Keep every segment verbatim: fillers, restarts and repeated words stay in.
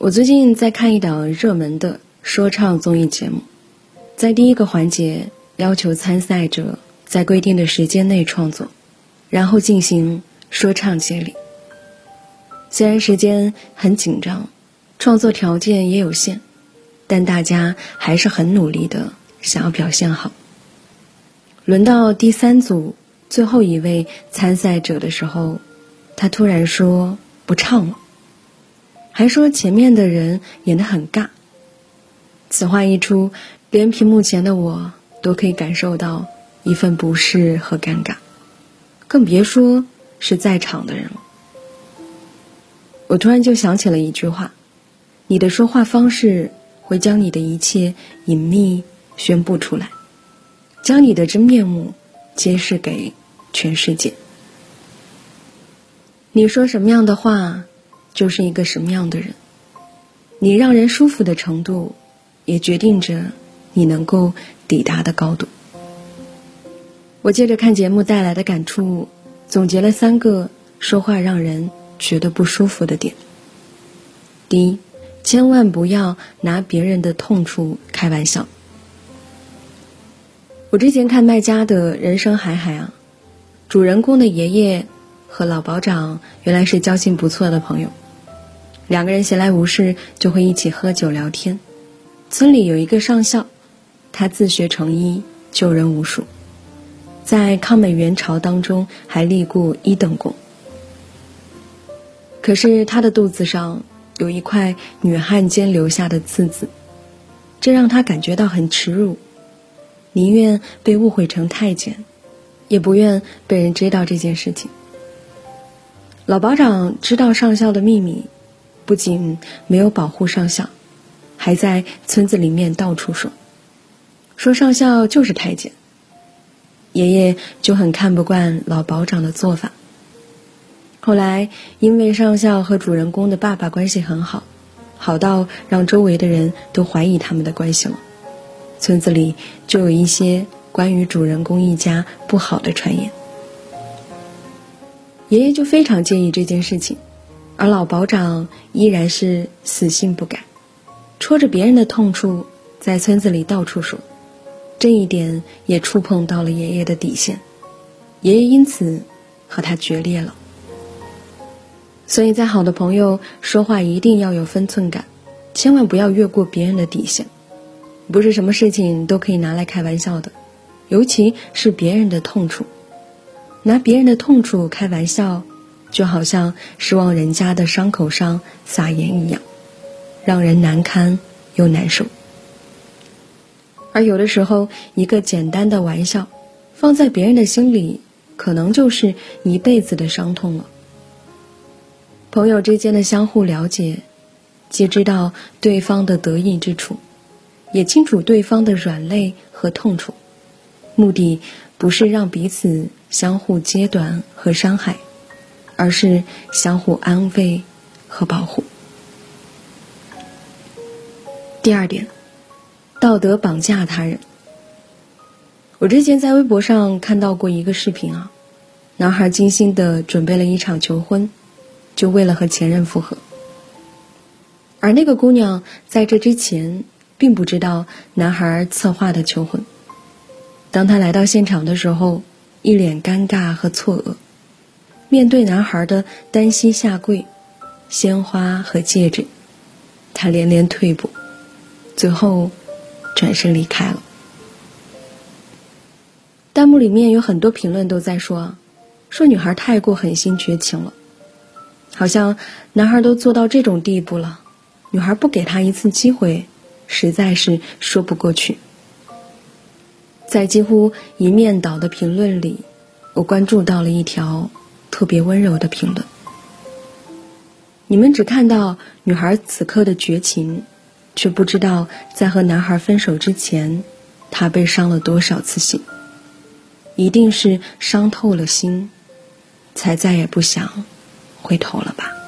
我最近在看一档热门的说唱综艺节目，在第一个环节要求参赛者在规定的时间内创作，然后进行说唱接力。虽然时间很紧张，创作条件也有限，但大家还是很努力的想要表现好。轮到第三组最后一位参赛者的时候，他突然说不唱了，还说前面的人演得很尬。此话一出，连屏幕前的我都可以感受到一份不适和尴尬，更别说是在场的人了。我突然就想起了一句话，你的说话方式会将你的一切隐秘宣布出来，将你的真面目揭示给全世界。你说什么样的话，就是一个什么样的人。你让人舒服的程度，也决定着你能够抵达的高度。我借着看节目带来的感触，总结了三个说话让人觉得不舒服的点。第一，千万不要拿别人的痛处开玩笑。我之前看麦家的人生海海啊，主人公的爷爷和老保长原来是交情不错的朋友，两个人闲来无事就会一起喝酒聊天。村里有一个上校，他自学成医，救人无数，在抗美援朝当中还立过一等功。可是他的肚子上有一块女汉奸留下的刺字，这让他感觉到很耻辱，宁愿被误会成太监，也不愿被人知道这件事情。老保长知道上校的秘密，不仅没有保护上校，还在村子里面到处说说上校就是太监。爷爷就很看不惯老保长的做法。后来因为上校和主人公的爸爸关系很好，好到让周围的人都怀疑他们的关系了，村子里就有一些关于主人公一家不好的传言。爷爷就非常介意这件事情，而老保长依然是死性不改，戳着别人的痛处在村子里到处说，这一点也触碰到了爷爷的底线，爷爷因此和他决裂了。所以再好的朋友说话一定要有分寸感，千万不要越过别人的底线。不是什么事情都可以拿来开玩笑的，尤其是别人的痛处。拿别人的痛处开玩笑，就好像是往人家的伤口上撒盐一样，让人难堪又难受。而有的时候，一个简单的玩笑放在别人的心里，可能就是一辈子的伤痛了。朋友之间的相互了解，既知道对方的得意之处，也清楚对方的软肋和痛处，目的不是让彼此相互揭短和伤害，而是相互安慰和保护。第二点，道德绑架他人。我之前在微博上看到过一个视频啊，男孩精心地准备了一场求婚，就为了和前任复合。而那个姑娘在这之前并不知道男孩策划的求婚。当她来到现场的时候，一脸尴尬和错愕，面对男孩的单膝下跪、鲜花和戒指，她连连退步，最后转身离开了。弹幕里面有很多评论都在说说女孩太过狠心绝情了，好像男孩都做到这种地步了，女孩不给他一次机会，实在是说不过去。在几乎一面倒的评论里，我关注到了一条特别温柔的评论。你们只看到女孩此刻的绝情，却不知道在和男孩分手之前，她被伤了多少次心。一定是伤透了心，才再也不想回头了吧。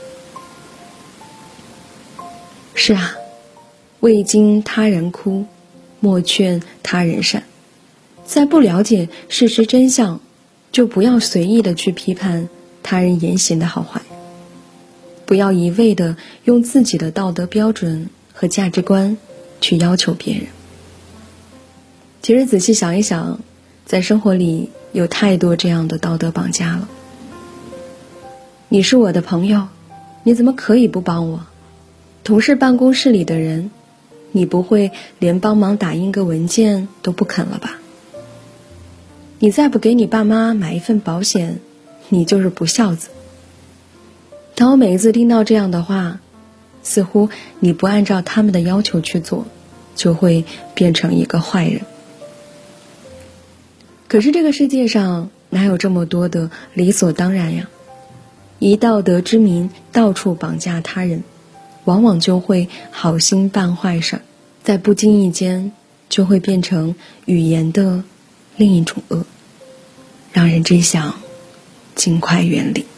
是啊，未经他人哭，莫劝他人善。在不了解事实真相，就不要随意的去批判他人言行的好坏。 不要一味地用自己的道德标准和价值观去要求别人。其实仔细想一想，在生活里有太多这样的道德绑架了。你是我的朋友，你怎么可以不帮我？同事办公室里的人，你不会连帮忙打印个文件都不肯了吧？你再不给你爸妈买一份保险，你就是不孝子。当我每一次听到这样的话，似乎你不按照他们的要求去做，就会变成一个坏人。可是这个世界上哪有这么多的理所当然呀？以道德之名到处绑架他人，往往就会好心办坏事，在不经意间就会变成语言的另一种恶，让人只想尽快远离。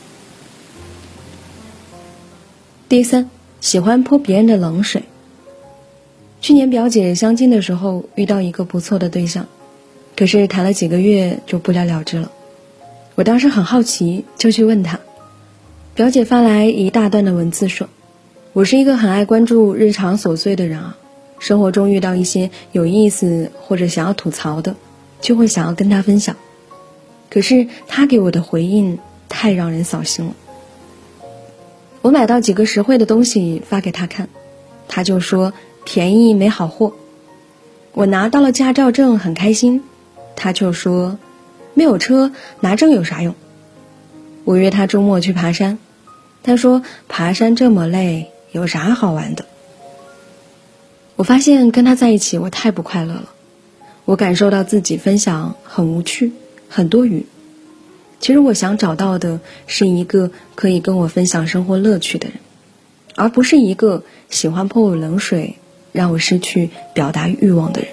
第三，喜欢泼别人的冷水。去年表姐相亲的时候遇到一个不错的对象，可是谈了几个月就不了了之了。我当时很好奇，就去问她。表姐发来一大段的文字说，我是一个很爱关注日常琐碎的人啊，生活中遇到一些有意思或者想要吐槽的，就会想要跟他分享。可是他给我的回应太让人扫兴了。我买到几个实惠的东西发给他看，他就说便宜没好货。我拿到了驾照证很开心，他就说没有车拿证有啥用。我约他周末去爬山，他说爬山这么累，有啥好玩的？我发现跟他在一起我太不快乐了，我感受到自己分享很无趣，很多余。其实我想找到的是一个可以跟我分享生活乐趣的人，而不是一个喜欢泼我冷水，让我失去表达欲望的人。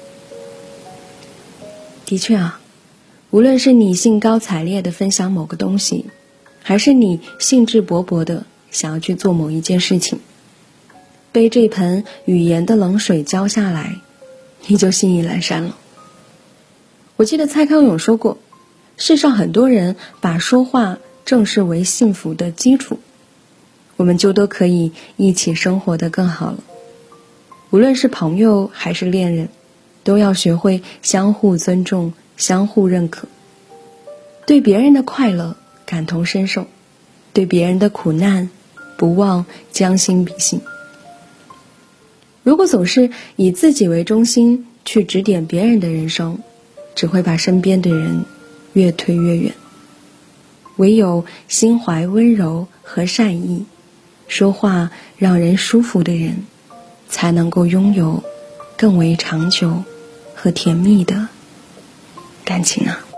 的确啊，无论是你兴高采烈地分享某个东西，还是你兴致勃勃地想要去做某一件事情，被这盆语言的冷水浇下来，你就心意阑珊了。我记得蔡康永说过，世上很多人把说话正视为幸福的基础，我们就都可以一起生活得更好了。无论是朋友还是恋人，都要学会相互尊重，相互认可，对别人的快乐感同身受，对别人的苦难不忘将心比心。如果总是以自己为中心去指点别人的人生，只会把身边的人越推越远。唯有心怀温柔和善意，说话让人舒服的人，才能够拥有更为长久和甜蜜的感情啊。